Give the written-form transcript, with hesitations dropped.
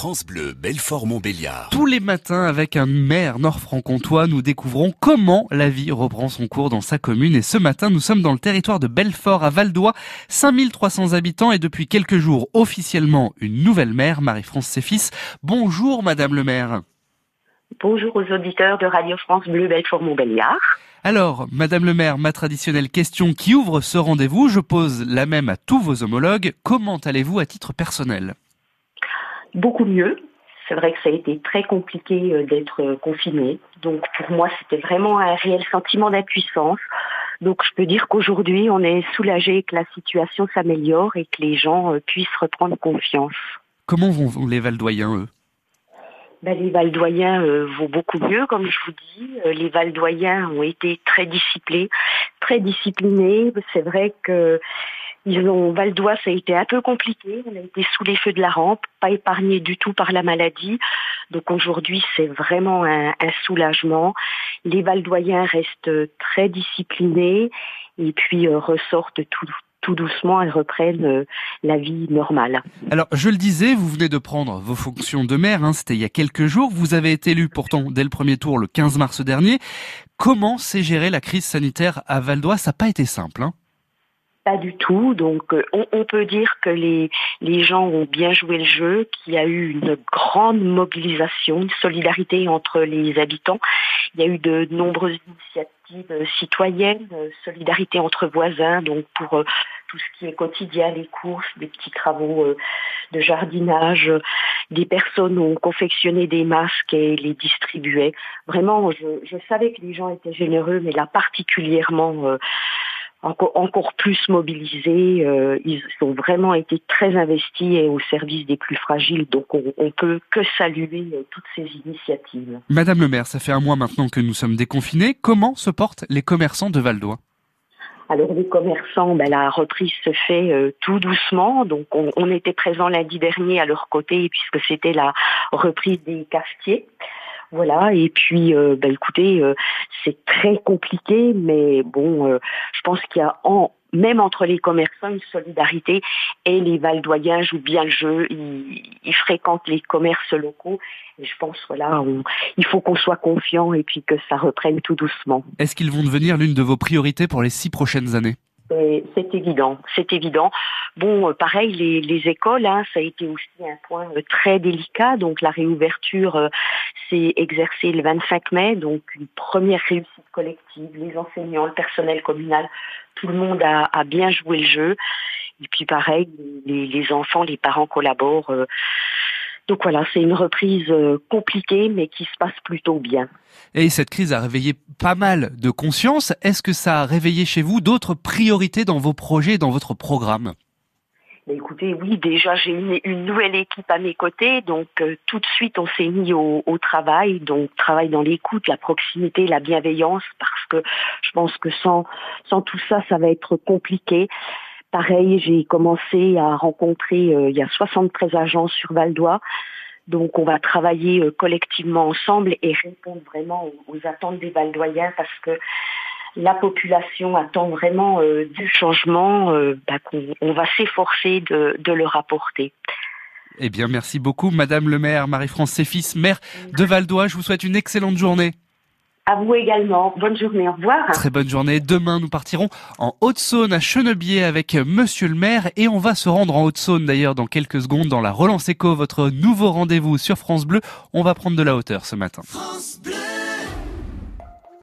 France Bleu, Belfort-Montbéliard. Tous les matins, avec un maire nord-franc-comtois, nous découvrons comment la vie reprend son cours dans sa commune. Et ce matin, nous sommes dans le territoire de Belfort, à Val-d'Oie, 5300 habitants et depuis quelques jours, officiellement, une nouvelle maire, Marie-France Séfis. Bonjour, Madame le maire. Bonjour aux auditeurs de Radio France Bleu, Belfort-Montbéliard. Alors, Madame le maire, ma traditionnelle question qui ouvre ce rendez-vous, je pose la même à tous vos homologues. Comment allez-vous à titre personnel ? Beaucoup mieux. C'est vrai que ça a été très compliqué d'être confiné. Donc pour moi, c'était vraiment un réel sentiment d'impuissance. Donc je peux dire qu'aujourd'hui, on est soulagé que la situation s'améliore et que les gens puissent reprendre confiance. Comment vont les Valdoyens, eux ? Les Valdoyens vont beaucoup mieux, comme je vous dis. Les Valdoyens ont été très disciplinés. C'est vrai que Val-d'Oie, ça a été un peu compliqué. On a été sous les feux de la rampe, pas épargné du tout par la maladie. Donc aujourd'hui, c'est vraiment un soulagement. Les Valdoyens restent très disciplinés et puis ressortent tout doucement et reprennent la vie normale. Alors, je le disais, vous venez de prendre vos fonctions de maire, c'était il y a quelques jours. Vous avez été élu pourtant dès le premier tour le 15 mars dernier. Comment s'est gérée la crise sanitaire à Val-d'Oie ? Ça n'a pas été simple, Pas du tout. Donc, on peut dire que les gens ont bien joué le jeu, qu'il y a eu une grande mobilisation, une solidarité entre les habitants. Il y a eu de nombreuses initiatives citoyennes, solidarité entre voisins, donc pour tout ce qui est quotidien, les courses, des petits travaux de jardinage. Des personnes ont confectionné des masques et les distribuaient. Vraiment, je savais que les gens étaient généreux, mais là particulièrement encore plus mobilisés. Ils ont vraiment été très investis et au service des plus fragiles. Donc on peut que saluer toutes ces initiatives. Madame le maire, ça fait un mois maintenant que nous sommes déconfinés. Comment se portent les commerçants de Val-d'Oie ? Alors les commerçants, la reprise se fait tout doucement. Donc on était présents lundi dernier à leur côté puisque c'était la reprise des cafetiers. Voilà, et puis écoutez, c'est très compliqué, mais je pense qu'il y a même entre les commerçants une solidarité et les Valdoyens jouent bien le jeu, ils fréquentent les commerces locaux et je pense il faut qu'on soit confiant et puis que ça reprenne tout doucement. Est-ce qu'ils vont devenir l'une de vos priorités pour les 6 prochaines années ? C'est évident. Pareil, les écoles, ça a été aussi un point très délicat. Donc la réouverture s'est exercée le 25 mai, donc une première réussite collective. Les enseignants, le personnel communal, tout le monde a bien joué le jeu. Et puis pareil, les enfants, les parents collaborent. Donc voilà, c'est une reprise compliquée, mais qui se passe plutôt bien. Et cette crise a réveillé pas mal de conscience. Est-ce que ça a réveillé chez vous d'autres priorités dans vos projets, dans votre programme ? Écoutez, oui, déjà j'ai une nouvelle équipe à mes côtés, donc tout de suite on s'est mis au travail, donc travail dans l'écoute, la proximité, la bienveillance, parce que je pense que sans tout ça, ça va être compliqué. Pareil, j'ai commencé à rencontrer, il y a 73 agents sur Val-d'Oie. Donc, on va travailler collectivement ensemble et répondre vraiment aux attentes des Valdoyens parce que la population attend vraiment du changement qu'on va s'efforcer de leur apporter. Eh bien, merci beaucoup, Madame le maire, Marie-France Séfis, maire de Val-d'Oie. Je vous souhaite une excellente journée. À vous également. Bonne journée. Au revoir. Très bonne journée. Demain, nous partirons en Haute-Saône, à Chenebier, avec Monsieur le maire. Et on va se rendre en Haute-Saône, d'ailleurs, dans quelques secondes, dans la Relance Éco, votre nouveau rendez-vous sur France Bleu. On va prendre de la hauteur ce matin.